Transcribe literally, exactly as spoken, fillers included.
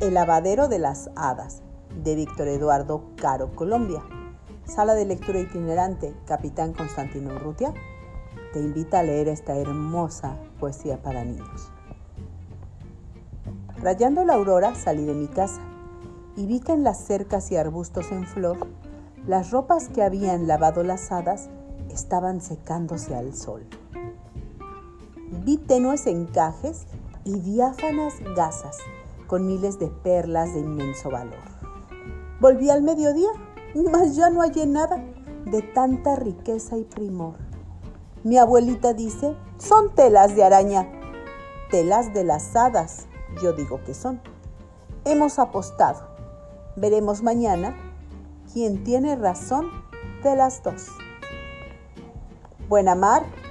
El lavadero de las hadas, de Víctor Eduardo Caro, Colombia. Sala de lectura itinerante, Capitán Constantino Urrutia, te invita a leer esta hermosa poesía para niños. Rayando la aurora salí de mi casa y vi que en las cercas y arbustos en flor, las ropas que habían lavado las hadas estaban secándose al sol. Vi tenues encajes y diáfanas gasas con miles de perlas de inmenso valor. Volví al mediodía, mas ya no hallé nada de tanta riqueza y primor. Mi abuelita dice, son telas de araña, telas de las hadas, yo digo que son. Hemos apostado, veremos mañana quién tiene razón de las dos. Buena mar